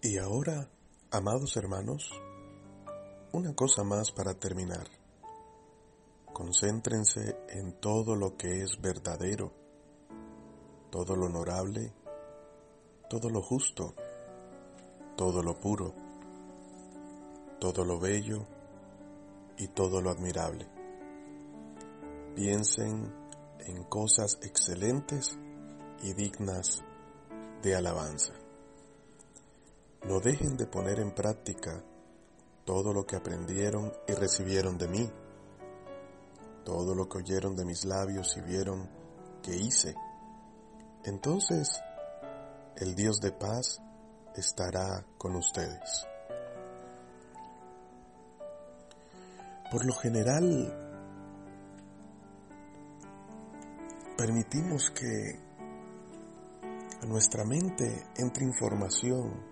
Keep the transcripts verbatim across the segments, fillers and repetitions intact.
Y ahora, amados hermanos, una cosa más para terminar. Concéntrense en todo lo que es verdadero, todo lo honorable, todo lo justo, todo lo puro, todo lo bello y todo lo admirable. Piensen en cosas excelentes y dignas de alabanza. No dejen de poner en práctica todo lo que aprendieron y recibieron de mí, todo lo que oyeron de mis labios y vieron que hice. Entonces, el Dios de paz estará con ustedes. Por lo general, permitimos que a nuestra mente entre información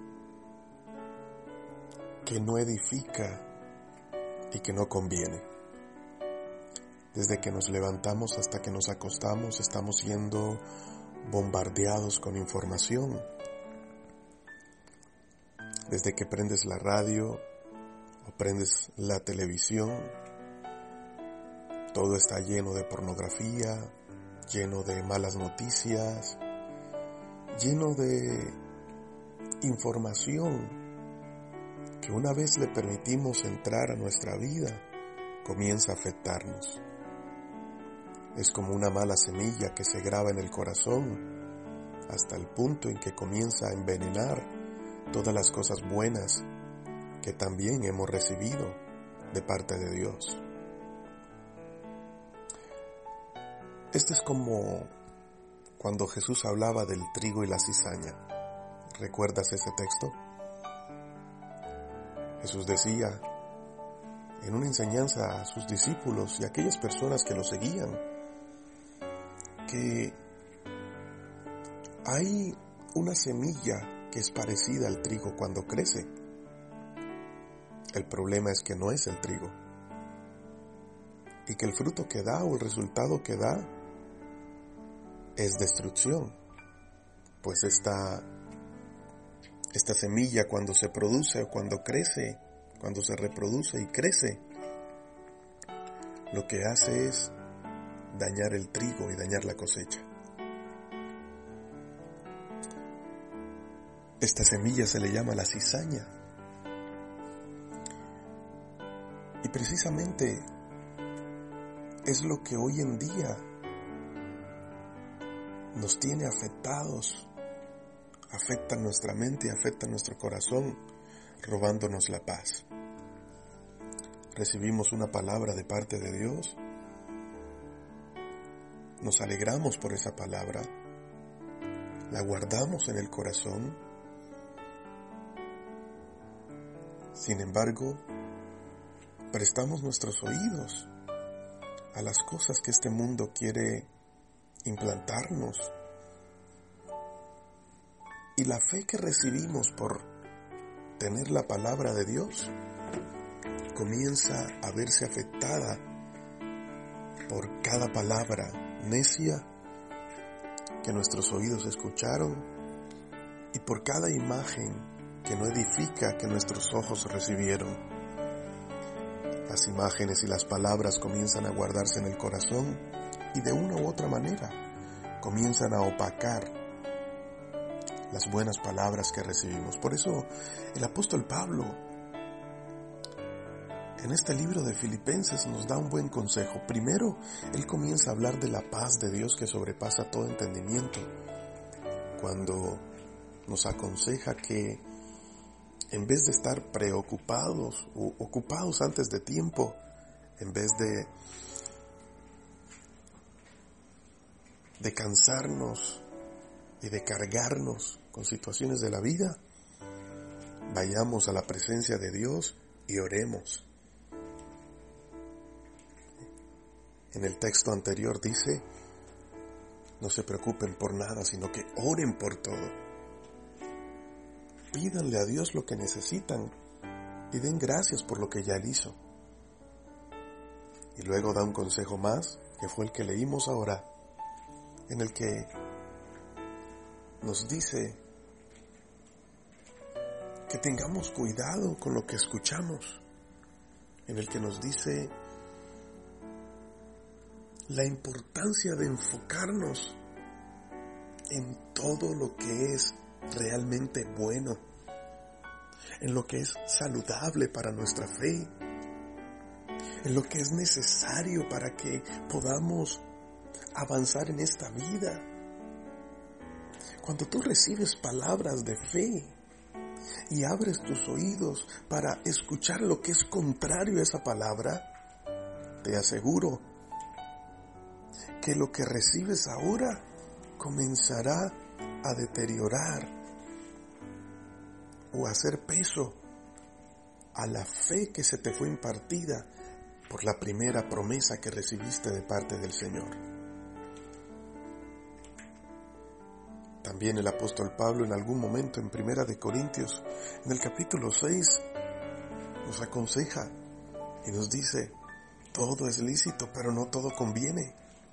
que no edifica y que no conviene. Desde que nos levantamos hasta que nos acostamos, estamos siendo bombardeados con información. Desde que prendes la radio o prendes la televisión, todo está lleno de pornografía, lleno de malas noticias, lleno de información que una vez le permitimos entrar a nuestra vida, comienza a afectarnos. Es como una mala semilla que se graba en el corazón hasta el punto en que comienza a envenenar todas las cosas buenas que también hemos recibido de parte de Dios. Esto es como cuando Jesús hablaba del trigo y la cizaña. ¿Recuerdas ese texto? Jesús decía en una enseñanza a sus discípulos y a aquellas personas que lo seguían que hay una semilla que es parecida al trigo cuando crece. El problema es que no es el trigo y que el fruto que da o el resultado que da es destrucción, pues esta Esta semilla cuando se produce o cuando crece, cuando se reproduce y crece, lo que hace es dañar el trigo y dañar la cosecha. Esta semilla se le llama la cizaña. Y precisamente es lo que hoy en día nos tiene afectados. Afecta nuestra mente y afecta nuestro corazón, robándonos la paz. Recibimos una palabra de parte de Dios, nos alegramos por esa palabra, la guardamos en el corazón. Sin embargo, prestamos nuestros oídos a las cosas que este mundo quiere implantarnos. Y la fe que recibimos por tener la palabra de Dios comienza a verse afectada por cada palabra necia que nuestros oídos escucharon y por cada imagen que no edifica que nuestros ojos recibieron. Las imágenes y las palabras comienzan a guardarse en el corazón y de una u otra manera comienzan a opacar las buenas palabras que recibimos. Por eso el apóstol Pablo en este libro de Filipenses nos da un buen consejo. Primero, él comienza a hablar de la paz de Dios que sobrepasa todo entendimiento, cuando nos aconseja que en vez de estar preocupados o ocupados antes de tiempo, en vez de de cansarnos y de cargarnos con situaciones de la vida, vayamos a la presencia de Dios y oremos. En el texto anterior dice, no se preocupen por nada, sino que oren por todo. Pídanle a Dios lo que necesitan y den gracias por lo que ya Él hizo. Y luego da un consejo más, que fue el que leímos ahora, en el que nos dice que tengamos cuidado con lo que escuchamos, en el que nos dice la importancia de enfocarnos en todo lo que es realmente bueno, en lo que es saludable para nuestra fe, en lo que es necesario para que podamos avanzar en esta vida. Cuando tú recibes palabras de fe y abres tus oídos para escuchar lo que es contrario a esa palabra, te aseguro que lo que recibes ahora comenzará a deteriorar o a hacer peso a la fe que se te fue impartida por la primera promesa que recibiste de parte del Señor. También el apóstol Pablo en algún momento en Primera de Corintios, en el capítulo seis, nos aconseja y nos dice: todo es lícito, pero no todo conviene.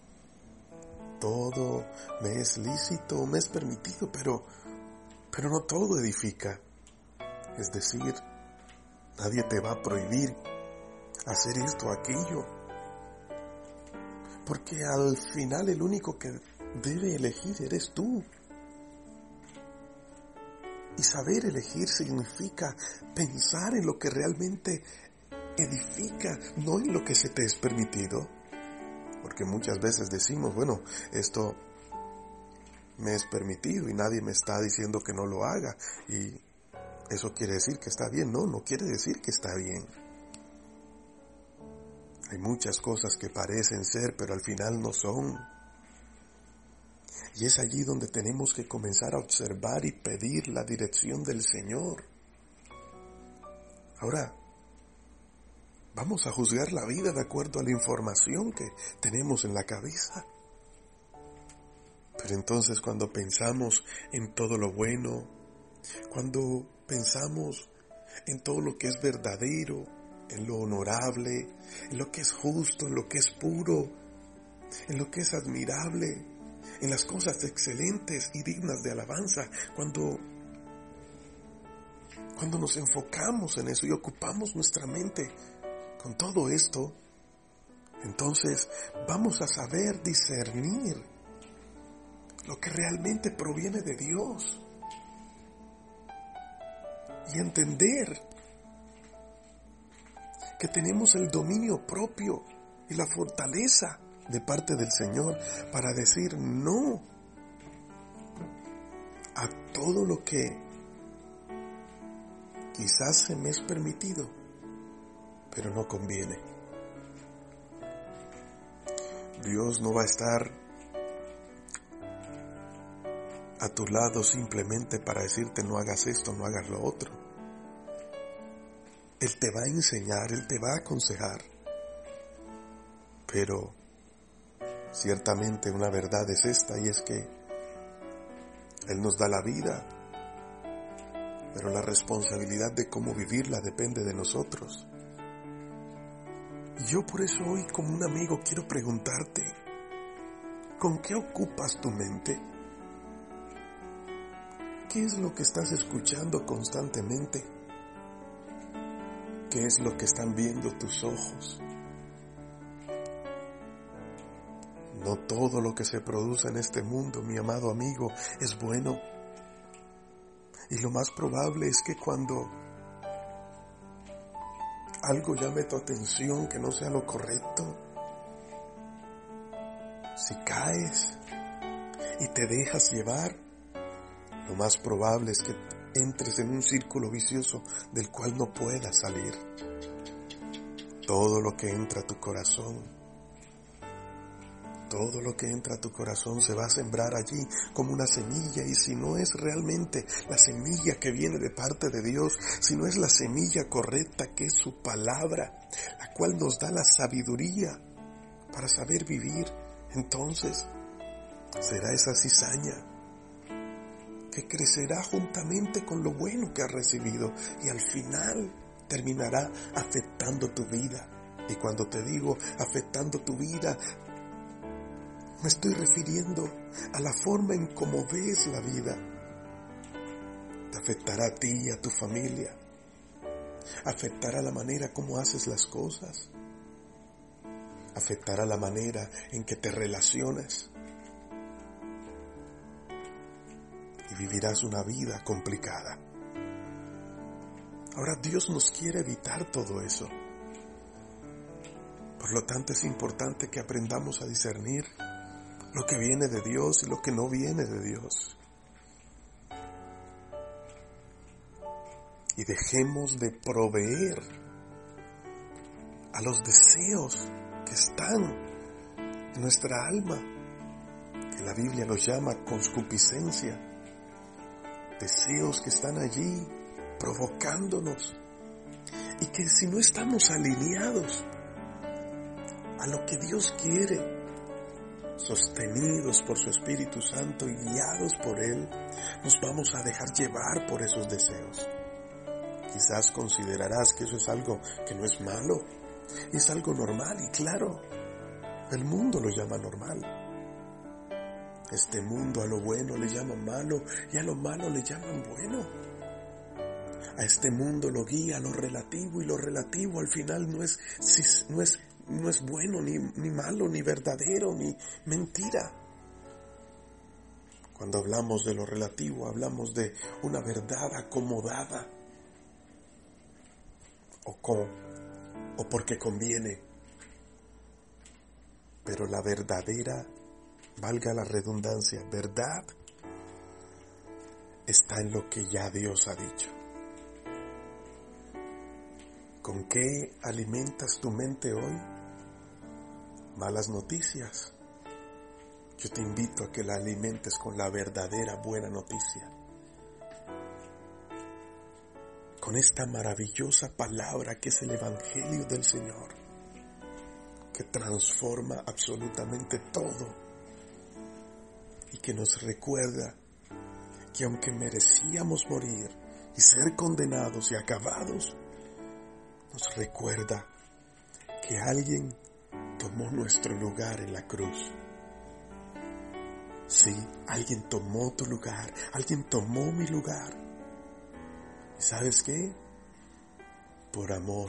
Todo me es lícito, me es permitido, pero, pero no todo edifica. Es decir, nadie te va a prohibir hacer esto o aquello, porque al final el único que debe elegir eres tú. Y saber elegir significa pensar en lo que realmente edifica, no en lo que se te es permitido. Porque muchas veces decimos, bueno, esto me es permitido y nadie me está diciendo que no lo haga, y eso quiere decir que está bien. No, no quiere decir que está bien. Hay muchas cosas que parecen ser, pero al final no son. Y es allí donde tenemos que comenzar a observar y pedir la dirección del Señor. Ahora, vamos a juzgar la vida de acuerdo a la información que tenemos en la cabeza. Pero entonces cuando pensamos en todo lo bueno, cuando pensamos en todo lo que es verdadero, en lo honorable, en lo que es justo, en lo que es puro, en lo que es admirable, en las cosas excelentes y dignas de alabanza, cuando, cuando nos enfocamos en eso y ocupamos nuestra mente con todo esto, entonces vamos a saber discernir lo que realmente proviene de Dios y entender que tenemos el dominio propio y la fortaleza de parte del Señor para decir no a todo lo que quizás se me es permitido, pero no conviene. Dios no va a estar a tu lado simplemente para decirte no hagas esto, no hagas lo otro. Él te va a enseñar, Él te va a aconsejar. Pero ciertamente una verdad es esta, y es que Él nos da la vida, pero la responsabilidad de cómo vivirla depende de nosotros. Y yo por eso hoy, como un amigo, quiero preguntarte, ¿con qué ocupas tu mente? ¿Qué es lo que estás escuchando constantemente? ¿Qué es lo que están viendo tus ojos? No todo lo que se produce en este mundo, mi amado amigo, es bueno. Y lo más probable es que cuando algo llame tu atención que no sea lo correcto, si caes y te dejas llevar, lo más probable es que entres en un círculo vicioso del cual no puedas salir. Todo lo que entra a tu corazón, todo lo que entra a tu corazón se va a sembrar allí como una semilla, y si no es realmente la semilla que viene de parte de Dios, si no es la semilla correcta que es su palabra, la cual nos da la sabiduría para saber vivir, entonces será esa cizaña que crecerá juntamente con lo bueno que has recibido y al final terminará afectando tu vida. Y cuando te digo afectando tu vida, me estoy refiriendo a la forma en cómo ves la vida. Te afectará a ti y a tu familia. Afectará la manera como haces las cosas. Afectará la manera en que te relacionas. Y vivirás una vida complicada. Ahora Dios nos quiere evitar todo eso. Por lo tanto es importante que aprendamos a discernir lo que viene de Dios y lo que no viene de Dios. Y dejemos de proveer a los deseos que están en nuestra alma, que la Biblia los llama concupiscencia. Deseos que están allí provocándonos y que si no estamos alineados a lo que Dios quiere, sostenidos por su Espíritu Santo y guiados por Él, nos vamos a dejar llevar por esos deseos. Quizás considerarás que eso es algo que no es malo, es algo normal y claro, el mundo lo llama normal. Este mundo a lo bueno le llaman malo y a lo malo le llaman bueno. A este mundo lo guía lo relativo y lo relativo al final no es, no es, no es bueno, ni, ni malo, ni verdadero, ni mentira. Cuando hablamos de lo relativo, hablamos de una verdad acomodada o, con, o porque conviene. Pero la verdadera, valga la redundancia, verdad está en lo que ya Dios ha dicho. ¿Con qué alimentas tu mente hoy? Malas noticias. Yo te invito a que la alimentes con la verdadera buena noticia. Con esta maravillosa palabra que es el Evangelio del Señor, que transforma absolutamente todo y que nos recuerda que aunque merecíamos morir y ser condenados y acabados, nos recuerda que alguien tomó nuestro lugar en la cruz. Sí, alguien tomó tu lugar, alguien tomó mi lugar. ¿Y sabes qué? Por amor,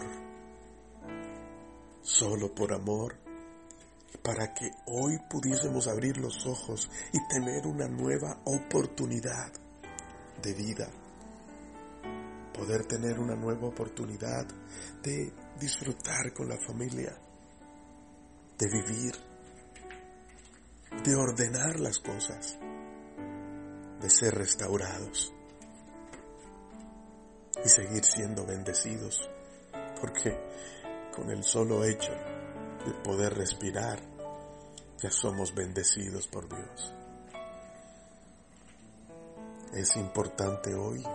solo por amor, para que hoy pudiésemos abrir los ojos y tener una nueva oportunidad de vida. Poder tener una nueva oportunidad de disfrutar con la familia, de vivir, de ordenar las cosas, de ser restaurados y seguir siendo bendecidos, porque con el solo hecho de poder respirar, ya somos bendecidos por Dios. Es importante hoy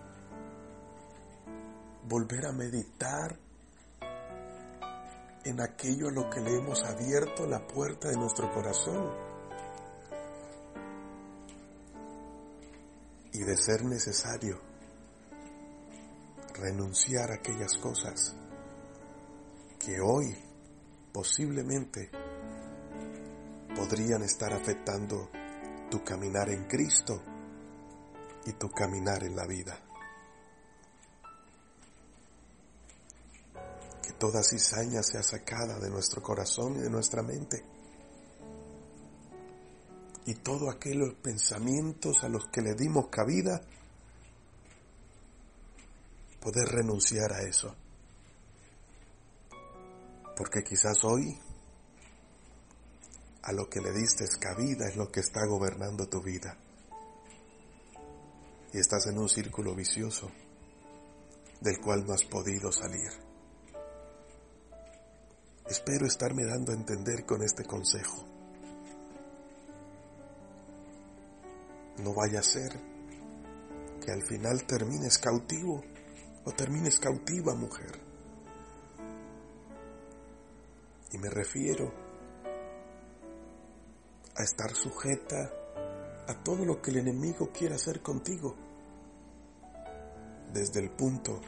volver a meditar en aquello a lo que le hemos abierto la puerta de nuestro corazón y, de ser necesario, renunciar a aquellas cosas que hoy posiblemente podrían estar afectando tu caminar en Cristo y tu caminar en la vida. Que toda cizaña sea sacada de nuestro corazón y de nuestra mente. Y todos aquellos pensamientos a los que le dimos cabida, poder renunciar a eso. Porque quizás hoy, a lo que le diste cabida es lo que está gobernando tu vida. Y estás en un círculo vicioso del cual no has podido salir. Espero estarme dando a entender con este consejo. No vaya a ser que al final termines cautivo o termines cautiva, mujer. Y me refiero a estar sujeta a todo lo que el enemigo quiera hacer contigo, desde el punto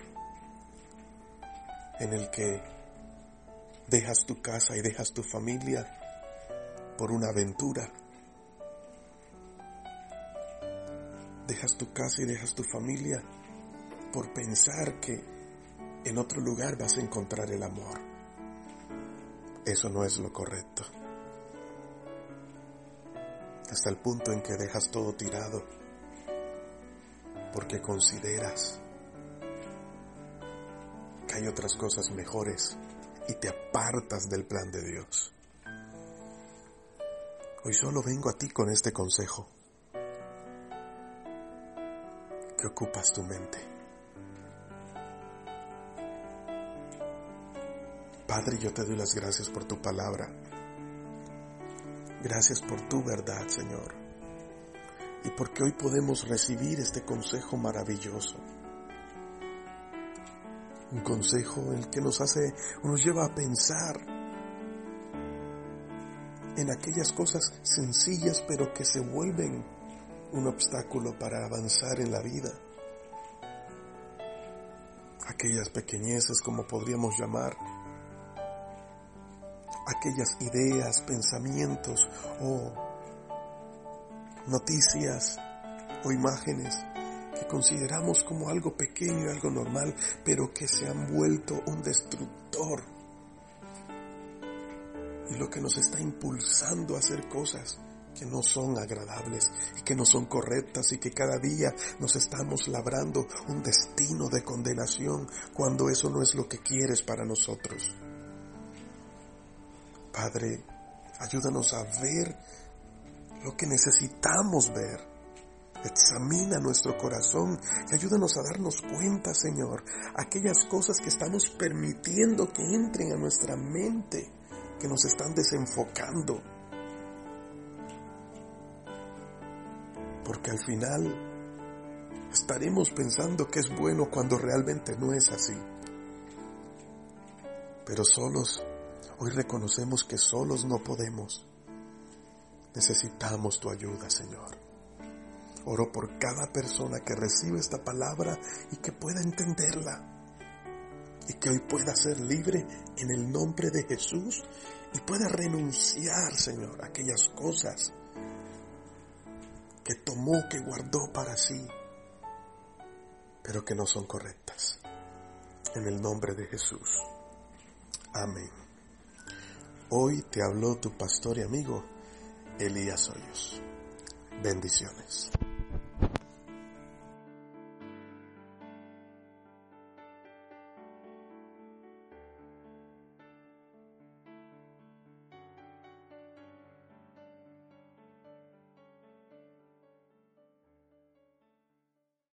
en el que dejas tu casa y dejas tu familia por una aventura, dejas tu casa y dejas tu familia por pensar que en otro lugar vas a encontrar el amor. Eso no es lo correcto. Hasta el punto en que dejas todo tirado porque consideras que hay otras cosas mejores y te apartas del plan de Dios. Hoy solo vengo a ti con este consejo. Que ocupas tu mente. Padre, yo te doy las gracias por tu palabra. Gracias por tu verdad, Señor. Y porque hoy podemos recibir este consejo maravilloso. Un consejo en el que nos hace, nos lleva a pensar en aquellas cosas sencillas pero que se vuelven un obstáculo para avanzar en la vida. Aquellas pequeñeces, como podríamos llamar, aquellas ideas, pensamientos o noticias o imágenes que consideramos como algo pequeño y algo normal, pero que se han vuelto un destructor. Y lo que nos está impulsando a hacer cosas que no son agradables y que no son correctas y que cada día nos estamos labrando un destino de condenación cuando eso no es lo que quieres para nosotros. Padre, ayúdanos a ver lo que necesitamos ver. Examina nuestro corazón y ayúdanos a darnos cuenta, Señor, aquellas cosas que estamos permitiendo que entren a nuestra mente, que nos están desenfocando. Porque al final estaremos pensando que es bueno cuando realmente no es así. Pero solos, hoy reconocemos que solos no podemos. Necesitamos tu ayuda, Señor. Oro por cada persona que recibe esta palabra y que pueda entenderla. Y que hoy pueda ser libre en el nombre de Jesús y pueda renunciar, Señor, a aquellas cosas que tomó, que guardó para sí, pero que no son correctas. En el nombre de Jesús. Amén. Hoy te habló tu pastor y amigo Elías Hoyos. Bendiciones.